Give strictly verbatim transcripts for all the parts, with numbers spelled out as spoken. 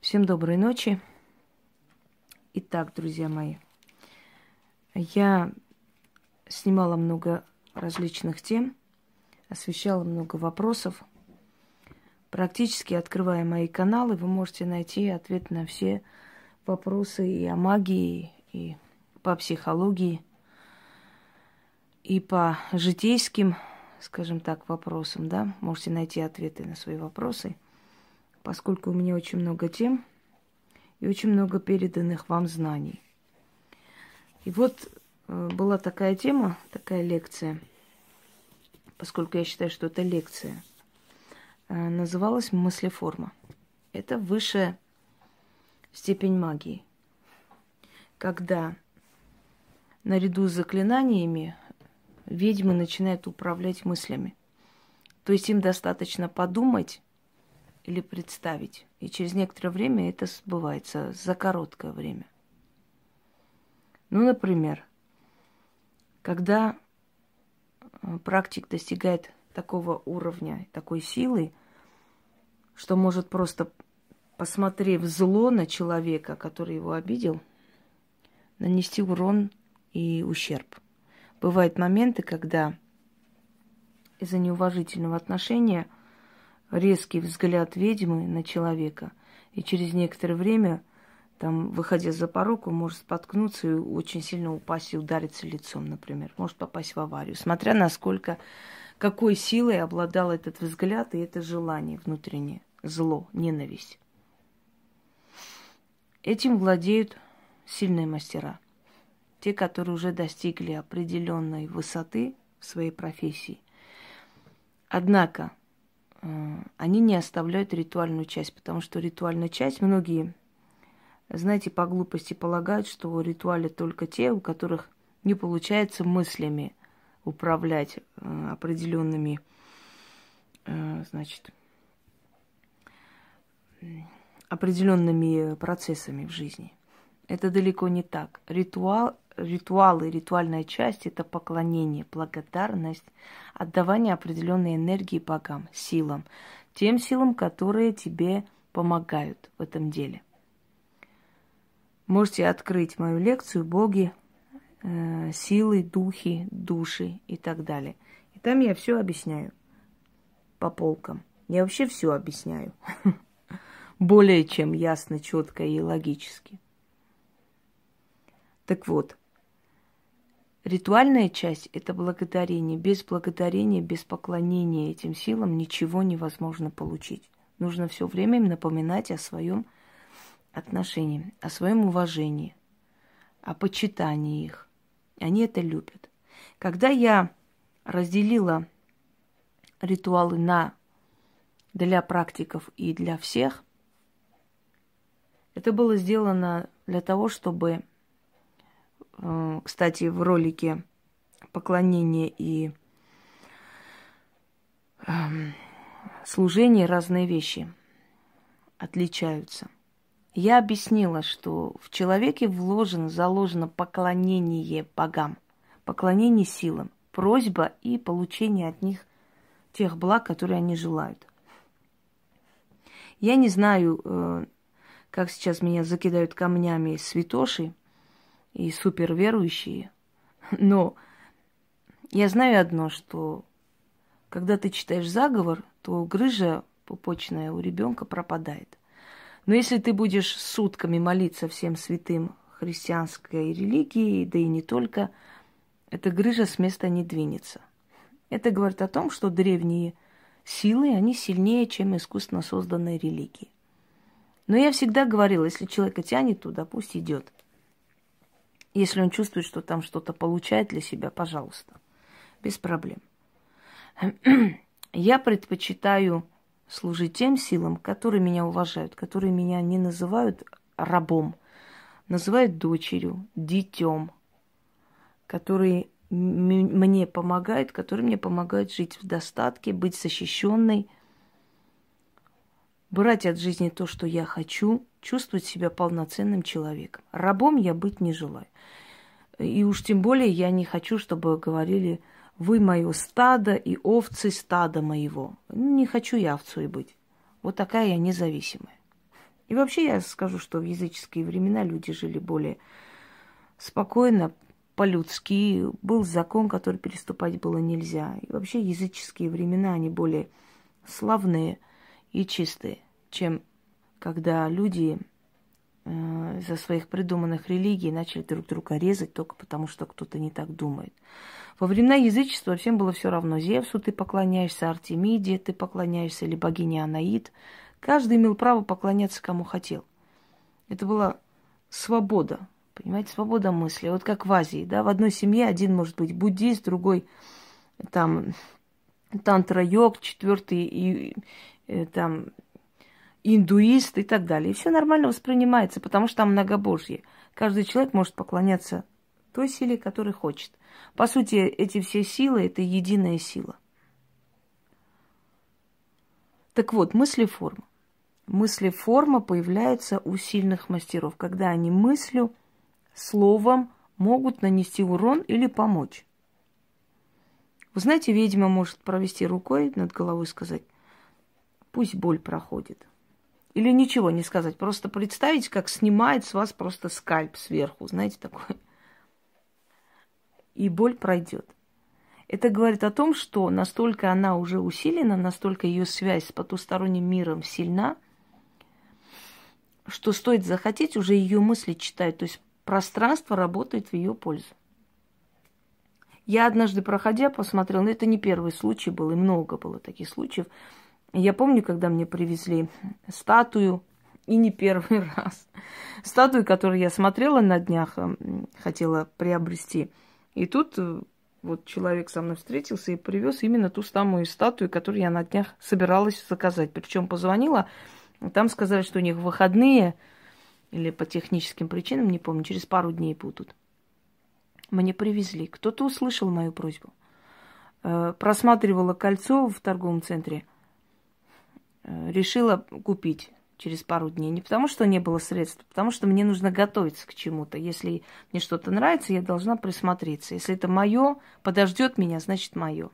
Всем доброй ночи. Итак, друзья мои, я снимала много различных тем, освещала много вопросов. Практически открывая мои каналы, вы можете найти ответ на все вопросы и о магии, и по психологии, и по житейским, скажем так, вопросам, да. Можете найти ответы на свои вопросы, поскольку у меня очень много тем и очень много переданных вам знаний. И вот э, была такая тема, такая лекция, поскольку я считаю, что это лекция, э, называлась мыслеформа. Это высшая степень магии, когда наряду с заклинаниями ведьмы начинают управлять мыслями. То есть им достаточно подумать или представить, и через некоторое время это сбывается, за короткое время. Ну, например, когда практик достигает такого уровня, такой силы, что может просто, посмотрев зло на человека, который его обидел, нанести урон и ущерб. Бывают моменты, когда из-за неуважительного отношения резкий взгляд ведьмы на человека, и через некоторое время, там, выходя за порог, он может споткнуться и очень сильно упасть и удариться лицом, например. Может попасть в аварию. Смотря насколько, какой силой обладал этот взгляд и это желание внутреннее, зло, ненависть. Этим владеют сильные мастера. Те, которые уже достигли определенной высоты в своей профессии. Однако они не оставляют ритуальную часть, потому что ритуальная часть, многие, знаете, по глупости полагают, что ритуали только те, у которых не получается мыслями управлять э, определенными, э, значит, определенными процессами в жизни. Это далеко не так. Ритуал, ритуалы, ритуальная часть – это поклонение, благодарность, отдавание определенной энергии богам, силам, тем силам, которые тебе помогают в этом деле. Можете открыть мою лекцию «Боги, э, силы, духи, души» и так далее. И там я все объясняю по полкам. Я вообще все объясняю. Более чем ясно, четко и логически. Так вот, ритуальная часть – это благодарение. Без благодарения, без поклонения этим силам ничего невозможно получить. Нужно все время им напоминать о своем отношении, о своем уважении, о почитании их. Они это любят. Когда я разделила ритуалы на для практиков и для всех, это было сделано для того, чтобы, кстати, в ролике поклонение и э, служение разные вещи отличаются. Я объяснила, что в человеке вложено, заложено поклонение богам, поклонение силам, просьба и получение от них тех благ, которые они желают. Я не знаю, э, как сейчас меня закидают камнями святоши и суперверующие. Но я знаю одно, что когда ты читаешь заговор, то грыжа пупочная у ребенка пропадает. Но если ты будешь сутками молиться всем святым христианской религии, да и не только, эта грыжа с места не двинется. Это говорит о том, что древние силы, они сильнее, чем искусственно созданные религии. Но я всегда говорила, если человека тянет туда, пусть идет. Если он чувствует, что там что-то получает для себя, пожалуйста, без проблем. Я предпочитаю служить тем силам, которые меня уважают, которые меня не называют рабом, называют дочерью, детем, которые мне помогают, которые мне помогают жить в достатке, быть защищенной, брать от жизни то, что я хочу, чувствовать себя полноценным человеком. Рабом я быть не желаю. И уж тем более я не хочу, чтобы говорили: вы мое стадо и овцы стада моего. Не хочу я овцой быть. Вот такая я независимая. И вообще я скажу, что в языческие времена люди жили более спокойно, по-людски. Был закон, который переступать было нельзя. И вообще языческие времена, они более славные и чистые, чем когда люди э, из-за своих придуманных религий начали друг друга резать только потому, что кто-то не так думает. Во времена язычества всем было все равно. Зевсу ты поклоняешься, Артемиде ты поклоняешься, или богине Анаид. Каждый имел право поклоняться кому хотел. Это была свобода, понимаете, свобода мысли. Вот как в Азии, да, в одной семье один может быть буддист, другой там тантра-йог, четвертый и, и, там индуист и так далее. И все нормально воспринимается, потому что там многобожье. Каждый человек может поклоняться той силе, которой хочет. По сути, эти все силы – это единая сила. Так вот, мыслеформа. Мыслеформа появляется у сильных мастеров, когда они мыслью, словом могут нанести урон или помочь. Вы знаете, ведьма может провести рукой над головой и сказать: пусть боль проходит. Или ничего не сказать, просто представить, как снимает с вас просто скальп сверху, знаете, такой. И боль пройдет. Это говорит о том, что настолько она уже усилена, настолько ее связь с потусторонним миром сильна, что стоит захотеть, уже ее мысли читают. То есть пространство работает в ее пользу. Я однажды, проходя, посмотрела, но это не первый случай был, и много было таких случаев. Я помню, когда мне привезли статую, и не первый раз. Статую, которую я смотрела на днях, хотела приобрести. И тут вот человек со мной встретился и привез именно ту самую статую, которую я на днях собиралась заказать. Причем позвонила, там сказали, что у них выходные, или по техническим причинам, не помню, через пару дней будут. Мне привезли. Кто-то услышал мою просьбу. Просматривала кольцо в торговом центре. Решила купить через пару дней. Не потому, что не было средств, а потому что мне нужно готовиться к чему-то. Если мне что-то нравится, я должна присмотреться. Если это мое, подождет меня, значит мое.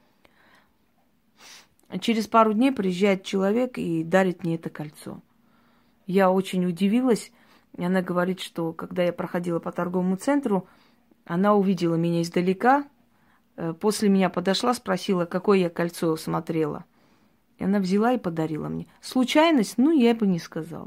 Через пару дней приезжает человек и дарит мне это кольцо. Я очень удивилась. И она говорит, что когда я проходила по торговому центру, она увидела меня издалека, после меня подошла, спросила, какое я кольцо смотрела. И она взяла и подарила мне. Случайность? Ну, я бы не сказала.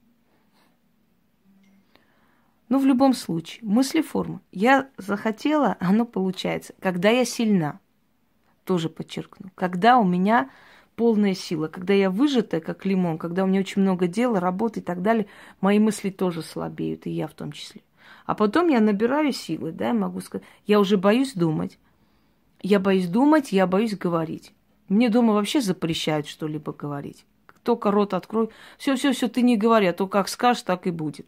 Но в любом случае, мыслеформа. Я захотела, оно получается. Когда я сильна, тоже подчеркну, когда у меня полная сила, когда я выжатая, как лимон, когда у меня очень много дела, работы и так далее, мои мысли тоже слабеют, и я в том числе. А потом я набираю силы, да, я могу сказать, я уже боюсь думать. Я боюсь думать, я боюсь говорить. Мне дома вообще запрещают что-либо говорить. Только рот открой. Все, все, все, ты не говори, а то как скажешь, так и будет.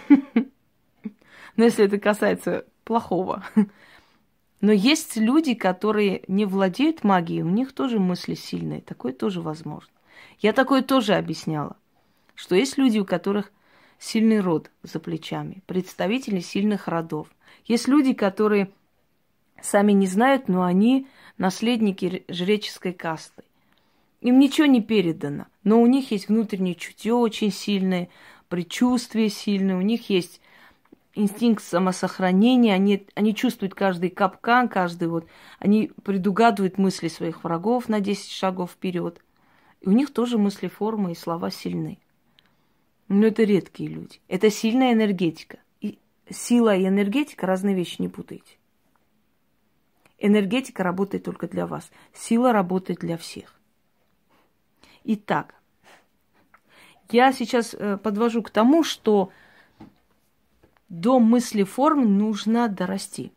Но если это касается плохого. Но есть люди, которые не владеют магией, у них тоже мысли сильные. Такое тоже возможно. Я такое тоже объясняла. Что есть люди, у которых сильный род за плечами, представители сильных родов. Есть люди, которые сами не знают, но они наследники жреческой касты. Им ничего не передано, но у них есть внутреннее чутье очень сильное, предчувствие сильное, у них есть инстинкт самосохранения, они, они чувствуют каждый капкан, каждый вот, они предугадывают мысли своих врагов на десять шагов вперед. И у них тоже мыслеформы и слова сильны. Но это редкие люди. Это сильная энергетика. И сила и энергетика – разные вещи, не путайте. Энергетика работает только для вас. Сила работает для всех. Итак, я сейчас подвожу к тому, что до мыслеформ нужно дорасти.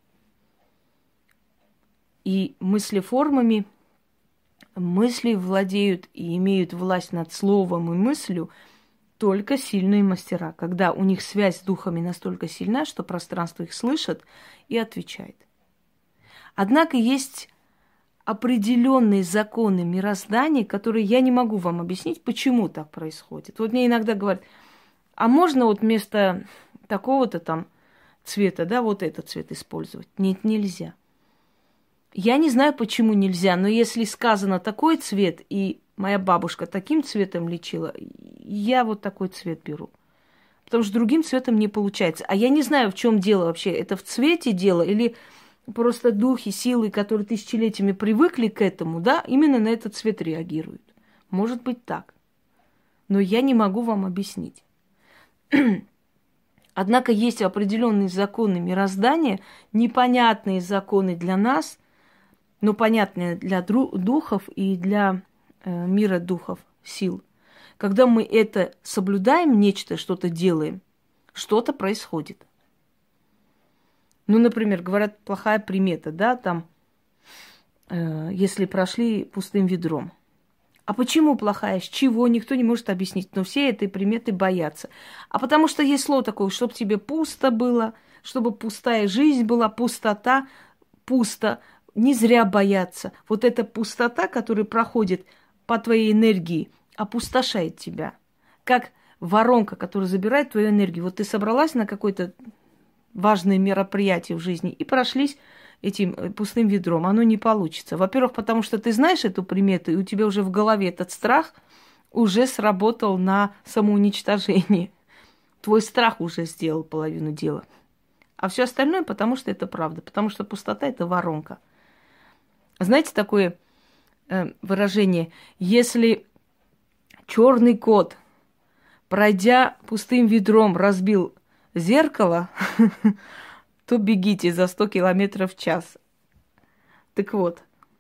И мыслеформами мысли владеют и имеют власть над словом и мыслью только сильные мастера, когда у них связь с духами настолько сильна, что пространство их слышит и отвечает. Однако есть определенные законы мироздания, которые я не могу вам объяснить, почему так происходит. Вот мне иногда говорят, а можно вот вместо такого-то там цвета, да, вот этот цвет использовать? Нет, нельзя. Я не знаю, почему нельзя, но если сказано такой цвет, и моя бабушка таким цветом лечила, я вот такой цвет беру. Потому что другим цветом не получается. А я не знаю, в чем дело вообще. Это в цвете дело или просто духи, силы, которые тысячелетиями привыкли к этому, да, именно на этот цвет реагируют. Может быть так. Но я не могу вам объяснить. Однако есть определенные законы мироздания, непонятные законы для нас, но понятные для духов и для э, мира духов, сил. Когда мы это соблюдаем, нечто, что-то делаем, что-то происходит. Ну, например, говорят, плохая примета, да, там, э, если прошли пустым ведром. А почему плохая? С чего? Никто не может объяснить. Но все этой приметы боятся. А потому что есть слово такое, чтобы тебе пусто было, чтобы пустая жизнь была, пустота, пусто. Не зря бояться. Вот эта пустота, которая проходит по твоей энергии, опустошает тебя. Как воронка, которая забирает твою энергию. Вот ты собралась на какое-то важное мероприятие в жизни и прошлись этим пустым ведром. Оно не получится. Во-первых, потому что ты знаешь эту примету, и у тебя уже в голове этот страх уже сработал на самоуничтожение. Твой страх уже сделал половину дела. А все остальное, потому что это правда. Потому что пустота – это воронка. Знаете такое э, выражение? Если черный кот, пройдя пустым ведром, разбил зеркало, то бегите за сто километров в час. Так вот,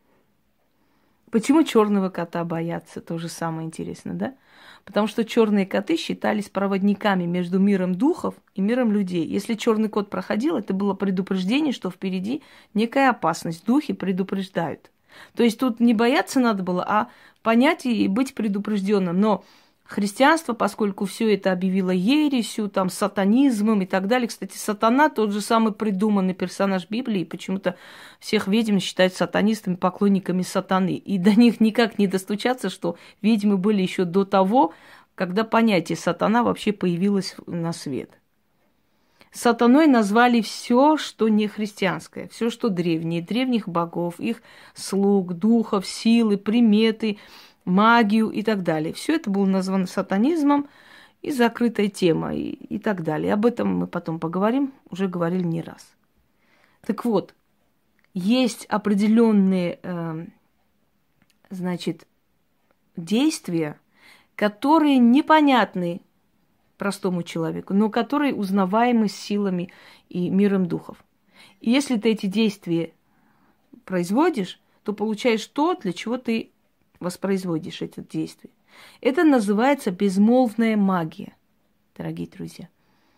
почему черного кота боятся? Тоже самое интересное, да? Потому что черные коты считались проводниками между миром духов и миром людей. Если черный кот проходил, это было предупреждение, что впереди некая опасность. Духи предупреждают. То есть тут не бояться надо было, а понять и быть предупрежденным. Но христианство, поскольку все это объявило ересью, там, сатанизмом и так далее. Кстати, сатана тот же самый придуманный персонаж Библии. Почему-то всех ведьм считают сатанистами, поклонниками сатаны. И до них никак не достучаться, что ведьмы были еще до того, когда понятие сатана вообще появилось на свет. Сатаной назвали все, что не христианское, все, что древнее, древних богов, их слуг, духов, силы, приметы, магию и так далее. Все это было названо сатанизмом и закрытая тема и, и так далее. Об этом мы потом поговорим, уже говорили не раз. Так вот, есть определенные, э, значит, действия, которые непонятны простому человеку, но которые узнаваемы силами и миром духов. И если ты эти действия производишь, то получаешь то, для чего ты воспроизводишь это действие. Это называется безмолвная магия, дорогие друзья.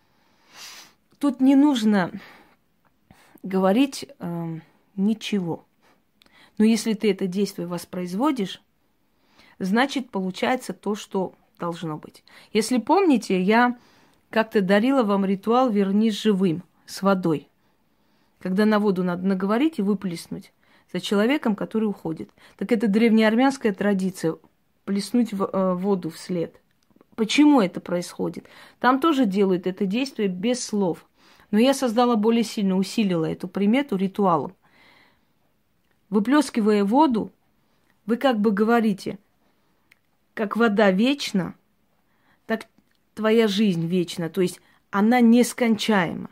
Тут не нужно говорить э, ничего. Но если ты это действие воспроизводишь, значит, получается то, что должно быть. Если помните, я как-то дарила вам ритуал «Вернись живым» с водой. Когда на воду надо наговорить и выплеснуть за человеком, который уходит. Так это древнеармянская традиция – плеснуть в, э, воду вслед. Почему это происходит? Там тоже делают это действие без слов. Но я создала более сильно, усилила эту примету ритуалом. Выплескивая воду, вы как бы говорите, как вода вечна, так твоя жизнь вечна, то есть она нескончаема.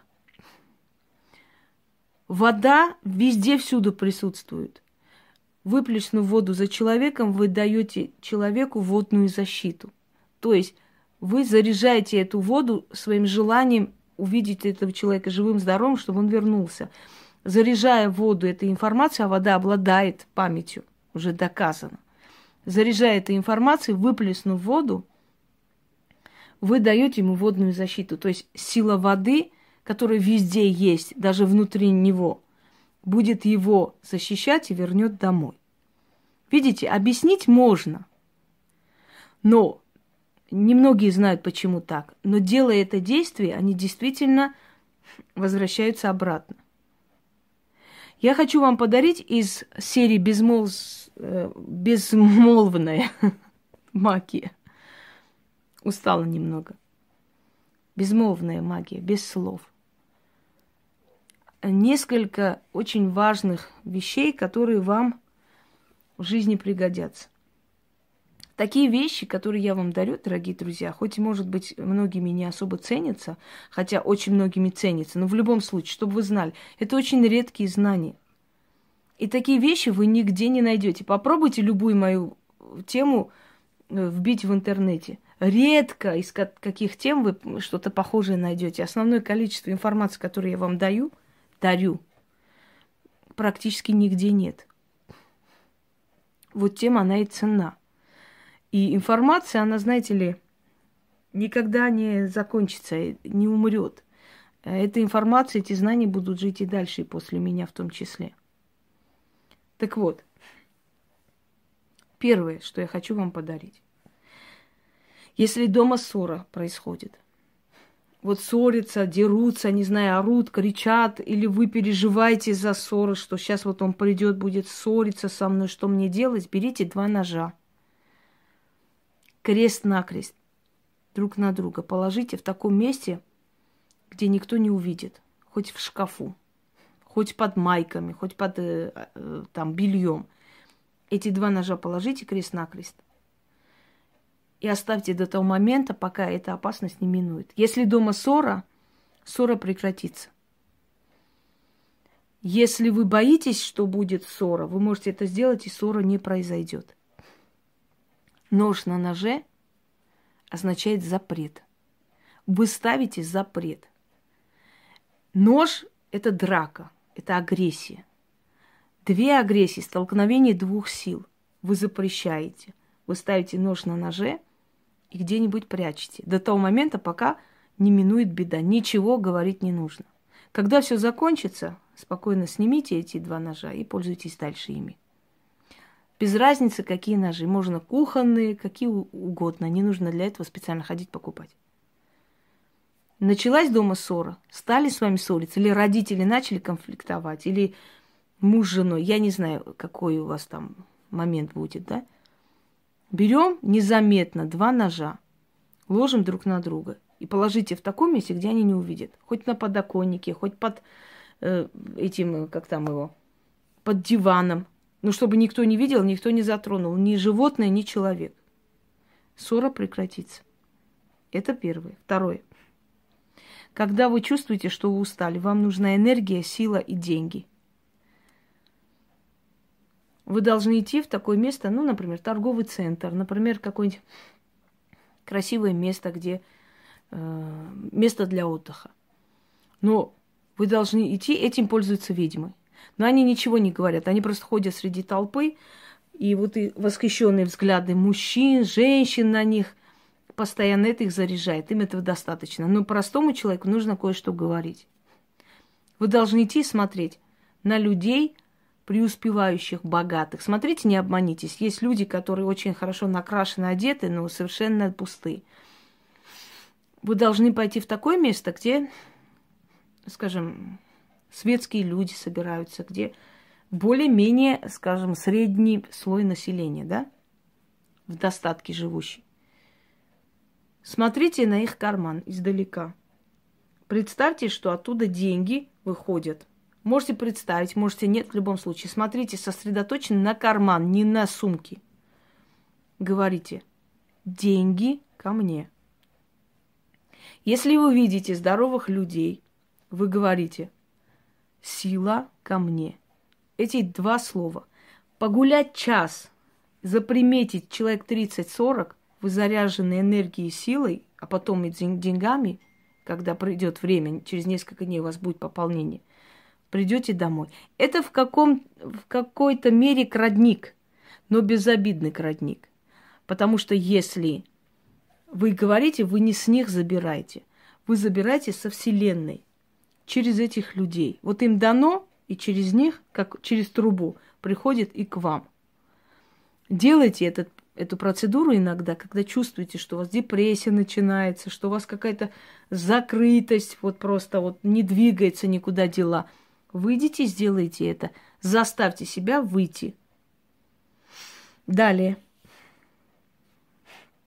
Вода везде, всюду присутствует. Выплеснув воду за человеком, вы даете человеку водную защиту. То есть вы заряжаете эту воду своим желанием увидеть этого человека живым, здоровым, чтобы он вернулся. Заряжая воду этой информацией, а вода обладает памятью, уже доказано. Заряжая этой информацией, выплеснув воду, вы даете ему водную защиту. То есть сила воды, которая везде есть, даже внутри него, будет его защищать и вернет домой. Видите, объяснить можно, но немногие знают, почему так. Но делая это действие, они действительно возвращаются обратно. Я хочу вам подарить из серии безмолв... «Безмолвная магия». Устала немного. Безмолвная магия, без слов. Несколько очень важных вещей, которые вам в жизни пригодятся. Такие вещи, которые я вам дарю, дорогие друзья, хоть, может быть, многими не особо ценятся, хотя очень многими ценятся, но в любом случае, чтобы вы знали, это очень редкие знания. И такие вещи вы нигде не найдете. Попробуйте любую мою тему вбить в интернете. Редко из каких тем вы что-то похожее найдете. Основное количество информации, которую я вам даю, дарю, практически нигде нет. Вот тем она и ценна. И информация, она, знаете ли, никогда не закончится, не умрет. Эта информация, эти знания будут жить и дальше, и после меня в том числе. Так вот, первое, что я хочу вам подарить. Если дома ссора происходит, вот ссорятся, дерутся, не знаю, орут, кричат, или вы переживаете за ссору, что сейчас вот он придет, будет ссориться со мной, что мне делать, берите два ножа. Крест-накрест друг на друга положите в таком месте, где никто не увидит. Хоть в шкафу, хоть под майками, хоть под э, э, там, бельем. Эти два ножа положите крест-накрест. И оставьте до того момента, пока эта опасность не минует. Если дома ссора, ссора прекратится. Если вы боитесь, что будет ссора, вы можете это сделать, и ссора не произойдет. Нож на ноже означает запрет. Вы ставите запрет. Нож – это драка, это агрессия. Две агрессии, столкновение двух сил. Вы запрещаете. Вы ставите нож на ноже и где-нибудь прячете. До того момента, пока не минует беда. Ничего говорить не нужно. Когда все закончится, спокойно снимите эти два ножа и пользуйтесь дальше ими. Без разницы, какие ножи. Можно кухонные, какие угодно. Не нужно для этого специально ходить покупать. Началась дома ссора. Стали с вами ссориться. Или родители начали конфликтовать. Или муж с женой. Я не знаю, какой у вас там момент будет, да? Берем незаметно два ножа. Ложим друг на друга. И положите в таком месте, где они не увидят. Хоть на подоконнике, хоть под э, этим, как там его, под диваном. Ну, чтобы никто не видел, никто не затронул. Ни животное, ни человек. Ссора прекратится. Это первое. Второе. Когда вы чувствуете, что вы устали, вам нужна энергия, сила и деньги. Вы должны идти в такое место, ну, например, торговый центр, например, какое-нибудь красивое место, где э, место для отдыха. Но вы должны идти, этим пользуются ведьмы. Но они ничего не говорят, они просто ходят среди толпы, и вот и восхищенные взгляды мужчин, женщин на них, постоянно это их заряжает, им этого достаточно. Но простому человеку нужно кое-что говорить. Вы должны идти и смотреть на людей, преуспевающих, богатых. Смотрите, не обманитесь. Есть люди, которые очень хорошо накрашены, одеты, но совершенно пустые. Вы должны пойти в такое место, где, скажем, светские люди собираются, где более-менее, скажем, средний слой населения, да, в достатке живущий. Смотрите на их карман издалека. Представьте, что оттуда деньги выходят. Можете представить, можете нет, в любом случае. Смотрите сосредоточенно на карман, не на сумки. Говорите: деньги ко мне. Если вы видите здоровых людей, вы говорите: сила ко мне. Эти два слова. Погулять час, заприметить человек тридцать-сорок, вы заряжены энергией и силой, а потом и деньгами, когда придет время, через несколько дней у вас будет пополнение, придете домой. Это в, каком, в какой-то мере крадник, но безобидный крадник. Потому что если вы говорите, вы не с них забираете, вы забираете со Вселенной, через этих людей. Вот им дано, и через них, как через трубу, приходит и к вам. Делайте этот, эту процедуру иногда, когда чувствуете, что у вас депрессия начинается, что у вас какая-то закрытость, вот просто вот не двигается никуда дела. Выйдите, сделайте это. Заставьте себя выйти. Далее.